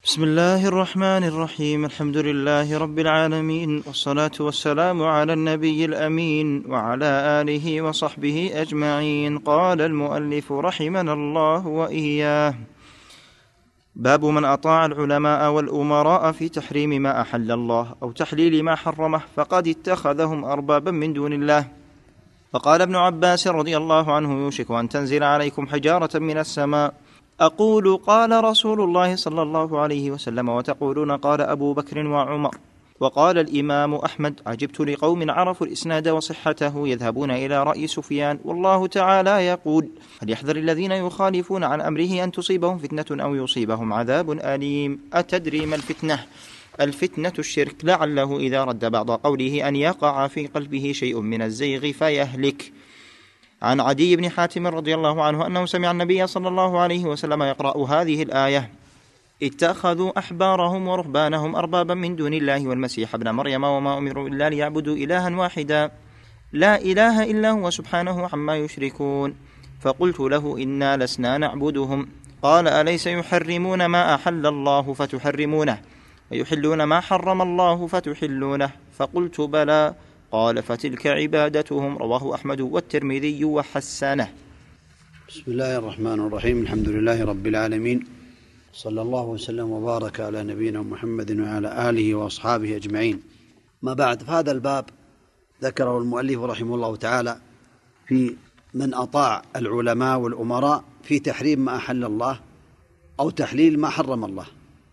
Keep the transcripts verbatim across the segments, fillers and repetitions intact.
بسم الله الرحمن الرحيم. الحمد لله رب العالمين، والصلاة والسلام على النبي الأمين وعلى آله وصحبه أجمعين. قال المؤلف رحمنا الله وإياه: باب من أطاع العلماء والأمراء في تحريم ما أحل الله أو تحليل ما حرمه فقد اتخذهم أربابا من دون الله. فقال ابن عباس رضي الله عنه: يوشك أن تنزل عليكم حجارة من السماء، أقول قال رسول الله صلى الله عليه وسلم، وتقولون قال أبو بكر وعمر. وقال الإمام أحمد: عجبت لقوم عرفوا الإسناد وصحته يذهبون إلى رأي سفيان، والله تعالى يقول: فليحذر الذين يخالفون عن أمره أن تصيبهم فتنة أو يصيبهم عذاب أليم. أتدري ما الفتنة؟ الفتنة الشرك، لعله إذا رد بعض قوله أن يقع في قلبه شيء من الزيغ فيهلك. عن عدي بن حاتم رضي الله عنه أنه سمع النبي صلى الله عليه وسلم يقرأ هذه الآية: اتخذوا أحبارهم ورهبانهم أربابا من دون الله والمسيح ابن مريم وما أمروا إلا ليعبدوا إلها واحدا لا إله إلا هو سبحانه عما يشركون. فقلت له: إنا لسنا نعبدهم. قال: أليس يحرمون ما أحل الله فتحرمونه ويحلون ما حرم الله فتحلونه؟ فقلت: بلى. قال: فتلك عبادتهم. رواه أحمد والترمذي وحسنه. بسم الله الرحمن الرحيم. الحمد لله رب العالمين، صلى الله وسلم وبارك على نبينا محمد وعلى آله وأصحابه أجمعين. ما بعد، فهذا الباب ذكره المؤلف رحمه الله تعالى في من أطاع العلماء والأمراء في تحريم ما أحل الله أو تحليل ما حرم الله،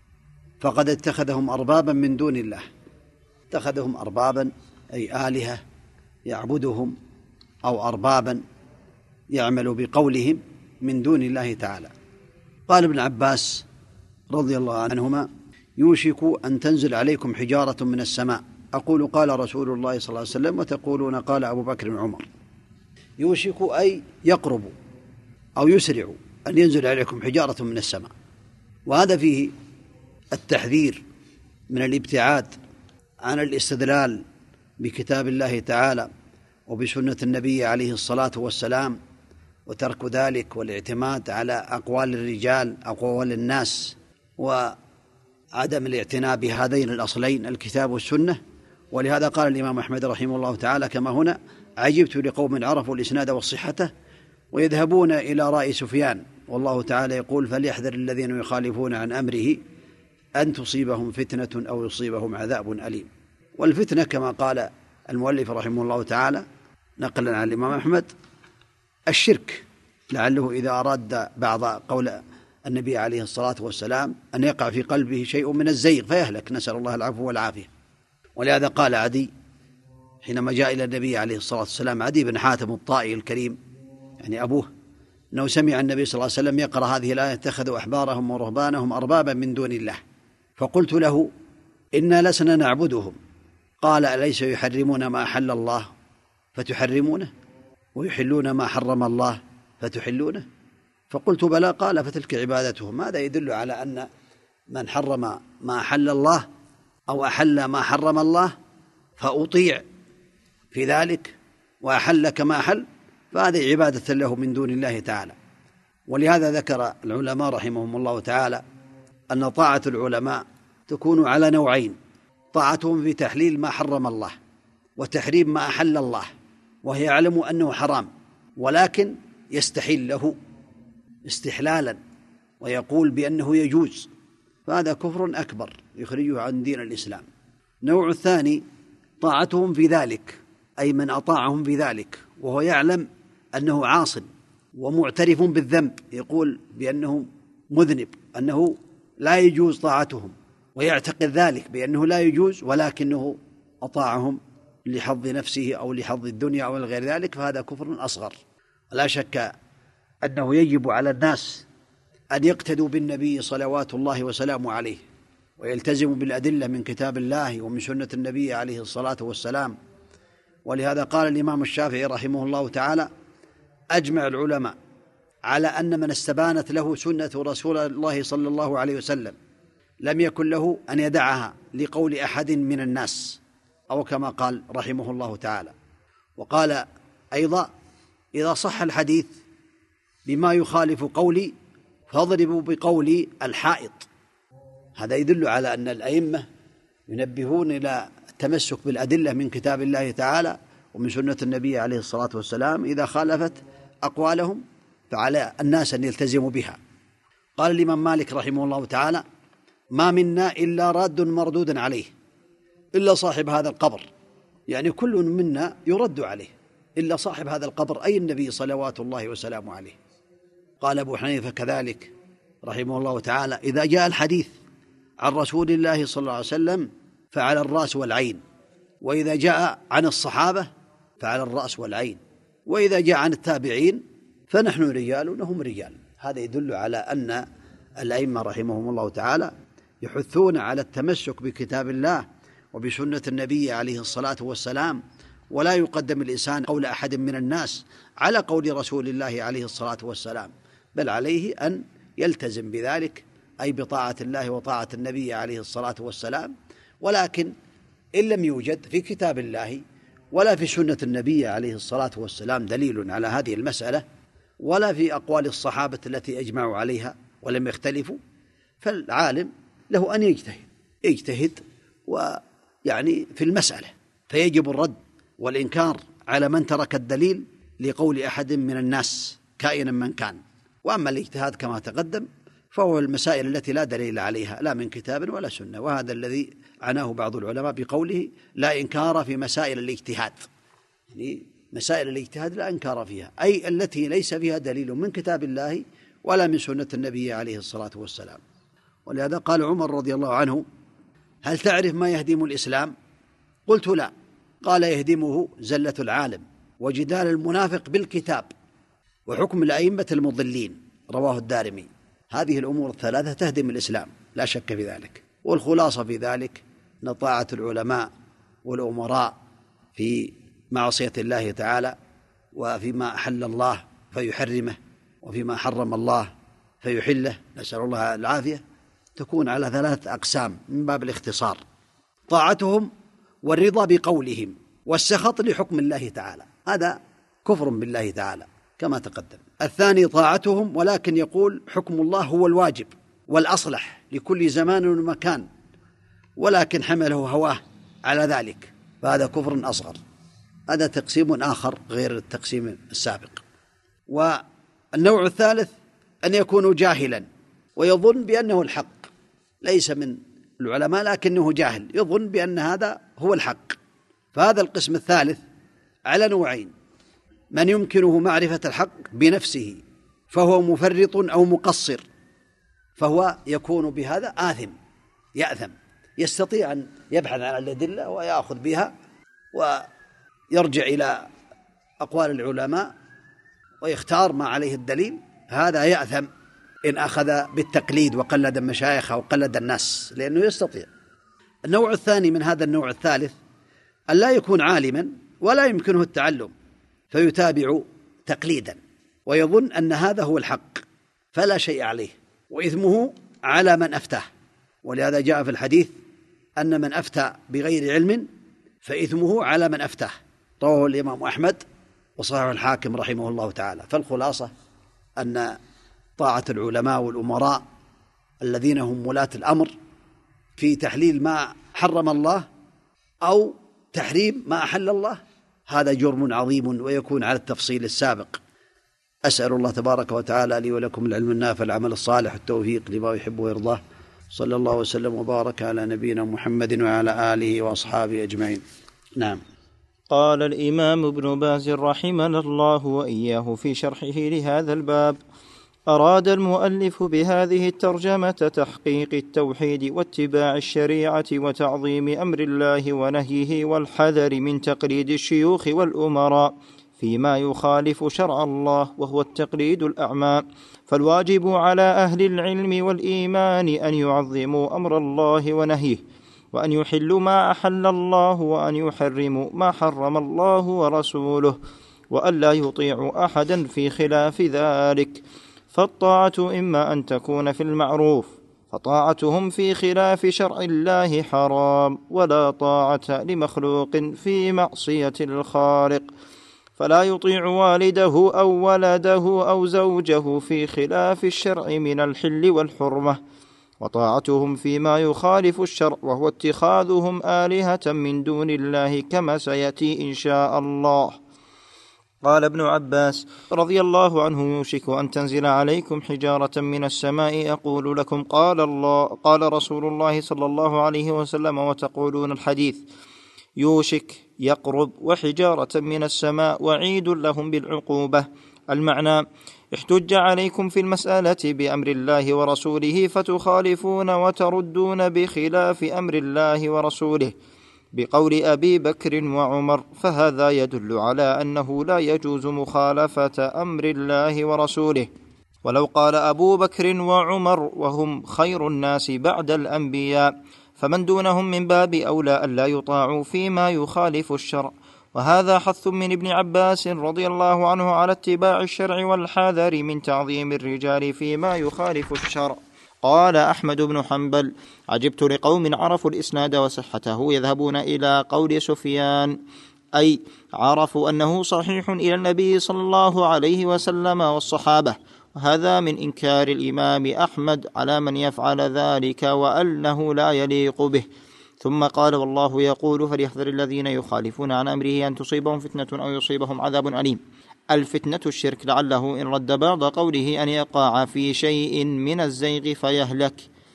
فقد اتخذهم أربابا من دون الله. اتخذهم أربابا أي آلهة يعبدهم، أو أربابا يعمل بقولهم من دون الله تعالى. قال ابن عباس رضي الله عنهما: يوشك أن تنزل عليكم حجارة من السماء، أقول قال رسول الله صلى الله عليه وسلم، وتقولون قال أبو بكر وعمر. يوشك أي يقرب أو يسرع أن ينزل عليكم حجارة من السماء، وهذا فيه التحذير من الابتعاد عن الاستدلال بكتاب الله تعالى وبسنة النبي عليه الصلاة والسلام، وترك ذلك والاعتماد على أقوال الرجال أقوال الناس، وعدم الاعتناء بهذين الأصلين الكتاب والسنة. ولهذا قال الإمام أحمد رحمه الله تعالى كما هنا: عجبت لقوم عرفوا الإسناد والصحة ويذهبون إلى رأي سفيان، والله تعالى يقول: فليحذر الذين يخالفون عن أمره أن تصيبهم فتنة أو يصيبهم عذاب أليم. والفتنة كما قال المؤلف رحمه الله تعالى نقلا عن الإمام أحمد الشرك، لعله إذا أراد بعض قول النبي عليه الصلاة والسلام أن يقع في قلبه شيء من الزيغ فيهلك، نسأل الله العفو والعافية. ولهذا قال عدي حينما جاء إلى النبي عليه الصلاة والسلام، عدي بن حاتم الطائي الكريم يعني أبوه، أنه سمع النبي صلى الله عليه وسلم يقرأ هذه الآية: اتخذوا أحبارهم ورهبانهم أربابا من دون الله. فقلت له: إنا لسنا نعبدهم. قال: أليس يحرمون ما أحل الله فتحرمونه ويحلون ما حرم الله فتحلونه؟ فقلت: بلى. قال: فتلك عبادتهم. هذا يدل على أن من حرم ما أحل الله أو أحل ما حرم الله فأطيع في ذلك، وأحل كما أحل، فهذه عبادة له من دون الله تعالى. ولهذا ذكر العلماء رحمهم الله تعالى أن طاعة العلماء تكون على نوعين: طاعتهم في تحليل ما حرم الله وتحريم ما أحل الله، وهي يعلم أنه حرام ولكن يستحل له استحلالا ويقول بأنه يجوز، فهذا كفر أكبر يخرجه عن دين الإسلام. النوع الثاني طاعتهم في ذلك، أي من أطاعهم في ذلك وهو يعلم أنه عاص ومعترف بالذنب، يقول بأنه مذنب، أنه لا يجوز طاعتهم، ويعتقد ذلك بأنه لا يجوز، ولكنه أطاعهم لحظ نفسه أو لحظ الدنيا أو غير ذلك، فهذا كفر أصغر. لا شك أنه يجب على الناس أن يقتدوا بالنبي صلوات الله وسلامه عليه، ويلتزموا بالأدلة من كتاب الله ومن سنة النبي عليه الصلاة والسلام. ولهذا قال الإمام الشافعي رحمه الله تعالى: أجمع العلماء على أن من استبانت له سنة رسول الله صلى الله عليه وسلم لم يكن له أن يدعها لقول أحد من الناس، أو كما قال رحمه الله تعالى. وقال أيضا: إذا صح الحديث بما يخالف قولي فاضربوا بقولي الحائط، هذا يدل على أن الأئمة ينبهون إلى التمسك بالأدلة من كتاب الله تعالى ومن سنة النبي عليه الصلاة والسلام، إذا خالفت أقوالهم فعلى الناس أن يلتزموا بها. قال الإمام مالك رحمه الله تعالى: ما منا إلا راد مردود عليه إلا صاحب هذا القبر، يعني كل منا يرد عليه إلا صاحب هذا القبر، أي النبي صلوات الله وسلامه عليه. قال أبو حنيفة كذلك رحمه الله تعالى: إذا جاء الحديث عن رسول الله صلى الله عليه وسلم فعلى الرأس والعين، وإذا جاء عن الصحابة فعلى الرأس والعين، وإذا جاء عن التابعين فنحن رجال وهم رجال. هذا يدل على أن الأئمة رحمهم الله تعالى يحثون على التمسك بكتاب الله وبسنة النبي عليه الصلاة والسلام، ولا يقدم الإنسان قول أحد من الناس على قول رسول الله عليه الصلاة والسلام، بل عليه أن يلتزم بذلك، أي بطاعة الله وطاعة النبي عليه الصلاة والسلام. ولكن إن لم يوجد في كتاب الله ولا في سنة النبي عليه الصلاة والسلام دليل على هذه المسألة، ولا في أقوال الصحابة التي أجمعوا عليها ولم يختلفوا، فالعالم له أن يجتهد يجتهد ويعني في المسألة، فيجب الرد والإنكار على من ترك الدليل لقول أحد من الناس كائنا من كان. وأما الاجتهاد كما تقدم فهو المسائل التي لا دليل عليها لا من كتاب ولا سنة، وهذا الذي عناه بعض العلماء بقوله لا إنكار في مسائل الاجتهاد، يعني مسائل الاجتهاد لا إنكار فيها، أي التي ليس فيها دليل من كتاب الله ولا من سنة النبي عليه الصلاة والسلام. ولهذا قال عمر رضي الله عنه: هل تعرف ما يهدم الإسلام؟ قلت لا. قال: يهدمه زلة العالم وجدال المنافق بالكتاب وحكم الأئمة المضلين. رواه الدارمي. هذه الأمور الثلاثة تهدم الإسلام لا شك في ذلك، والخلاصة في ذلك أن طاعة العلماء والأمراء في معصية الله تعالى، وفيما أحل الله فيحرمه، وفيما حرم الله فيحله، نسأل الله العافية، تكون على ثلاثة أقسام من باب الاختصار: طاعتهم والرضا بقولهم والسخط لحكم الله تعالى، هذا كفر بالله تعالى كما تقدم. الثاني طاعتهم ولكن يقول حكم الله هو الواجب والأصلح لكل زمان ومكان، ولكن حمله هواه على ذلك، فهذا كفر أصغر. هذا تقسيم آخر غير التقسيم السابق. والنوع الثالث أن يكون جاهلا ويظن بأنه الحق، ليس من العلماء لكنه جاهل يظن بأن هذا هو الحق، فهذا القسم الثالث على نوعين: من يمكنه معرفة الحق بنفسه فهو مفرط أو مقصر، فهو يكون بهذا آثم يأثم، يستطيع أن يبحث عن الأدلة ويأخذ بها ويرجع إلى أقوال العلماء ويختار ما عليه الدليل، هذا يأثم إن أخذ بالتقليد وقلد المشايخ أو قلد الناس، لأنه يستطيع. النوع الثاني من هذا النوع الثالث أن لا يكون عالما ولا يمكنه التعلم، فيتابع تقليدا ويظن أن هذا هو الحق فلا شيء عليه، وإثمه على من أفتاه. ولهذا جاء في الحديث أن من أفتى بغير علم فإثمه على من أفتاه، رواه الإمام أحمد وصححه الحاكم رحمه الله تعالى. فالخلاصة أن طاعة العلماء والأمراء الذين هم ولاة الأمر في تحليل ما حرم الله أو تحريم ما أحل الله هذا جرم عظيم، ويكون على التفصيل السابق. أسأل الله تبارك وتعالى لي ولكم العلم النافع العمل الصالح التوفيق لما يحب ويرضاه. صلى الله وسلم وبارك على نبينا محمد وعلى آله وأصحابه أجمعين. نعم. قال الإمام ابن باز رحمنا الله وإياه في شرحه لهذا الباب: أراد المؤلف بهذه الترجمة تحقيق التوحيد واتباع الشريعة وتعظيم أمر الله ونهيه والحذر من تقليد الشيوخ والأمراء فيما يخالف شرع الله وهو التقليد الأعمى. فالواجب على أهل العلم والإيمان أن يعظموا أمر الله ونهيه، وأن يحلوا ما أحل الله، وأن يحرموا ما حرم الله ورسوله، وأن لا يطيعوا أحدا في خلاف ذلك. فالطاعة إما أن تكون في المعروف، فطاعتهم في خلاف شرع الله حرام، ولا طاعة لمخلوق في معصية الخالق، فلا يطيع والده أو ولده أو زوجه في خلاف الشرع من الحل والحرمة، وطاعتهم فيما يخالف الشرع، وهو اتخاذهم آلهة من دون الله كما سيأتي إن شاء الله. قال ابن عباس رضي الله عنه: يوشك أن تنزل عليكم حجارة من السماء أقول لكم قال الله قال رسول الله صلى الله عليه وسلم وتقولون الحديث. يوشك يقرب، وحجارة من السماء وعيد لهم بالعقوبة. المعنى: احتج عليكم في المسألة بأمر الله ورسوله فتخالفون وتردون بخلاف أمر الله ورسوله بقول أبي بكر وعمر، فهذا يدل على أنه لا يجوز مخالفة أمر الله ورسوله. ولو قال أبو بكر وعمر وهم خير الناس بعد الأنبياء فمن دونهم من باب أولى ألا يطاعوا فيما يخالف الشرع. وهذا حث من ابن عباس رضي الله عنه على اتباع الشرع والحذر من تعظيم الرجال فيما يخالف الشرع. قال أحمد بن حنبل: عجبت لقوم عرفوا الإسناد وصحته يذهبون إلى قول سفيان، أي عرفوا أنه صحيح إلى النبي صلى الله عليه وسلم والصحابة، وهذا من إنكار الإمام أحمد على من يفعل ذلك وأنه لا يليق به. ثم قال: والله يقول فليحذر الذين يخالفون عن أمره أن تصيبهم فتنة أو يصيبهم عذاب أليم. الفتنة الشرك، لعله إن رد بعض قوله أن يقع في شيء من الزيغ فيهلك،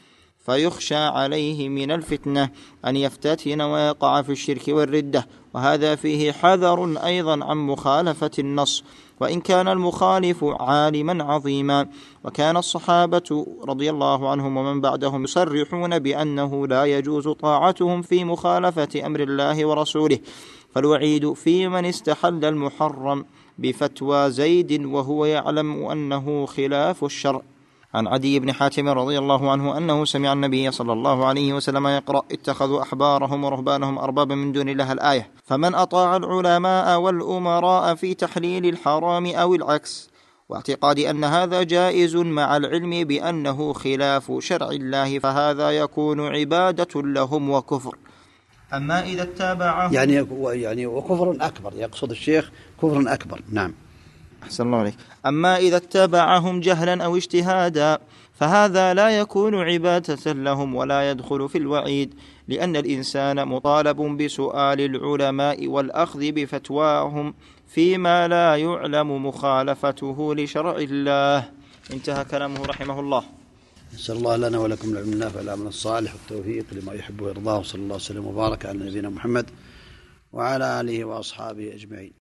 فيخشى عليه من الفتنة أن يفتتن ويقع في الشرك والردة، وهذا فيه حذر أيضا عن مخالفة النص، وإن كان المخالف عالما عظيما. وكان الصحابة رضي الله عنهم ومن بعدهم يصرحون بأنه لا يجوز طاعتهم في مخالفة أمر الله ورسوله، فالوعيد في من استحل المحرم بفتوى زيد وهو يعلم أنه خلاف الشرع. عن عدي بن حاتم رضي الله عنه أنه سمع النبي صلى الله عليه وسلم يقرأ: اتخذوا أحبارهم ورهبانهم أربابا من دون الله، الآية. فمن أطاع العلماء والأمراء في تحليل الحرام أو العكس، واعتقاد أن هذا جائز مع العلم بأنه خلاف شرع الله، فهذا يكون عبادة لهم وكفر. أما إذا اتبعهم يعني يعني وكفر أكبر، يقصد الشيخ كفر أكبر. نعم، أحسن الله عليك. أما إذا اتبعهم جهلا أو اجتهادا فهذا لا يكون عبادة لهم ولا يدخل في الوعيد، لأن الإنسان مطالب بسؤال العلماء والأخذ بفتواهم فيما لا يعلم مخالفته لشرع الله. انتهى كلامه رحمه الله. نسأل الله لنا ولكم العلم النافع والعمل الصالح والتوفيق لما يحب ويرضاه، صلى الله وسلم وبارك على نبينا محمد وعلى آله وأصحابه أجمعين.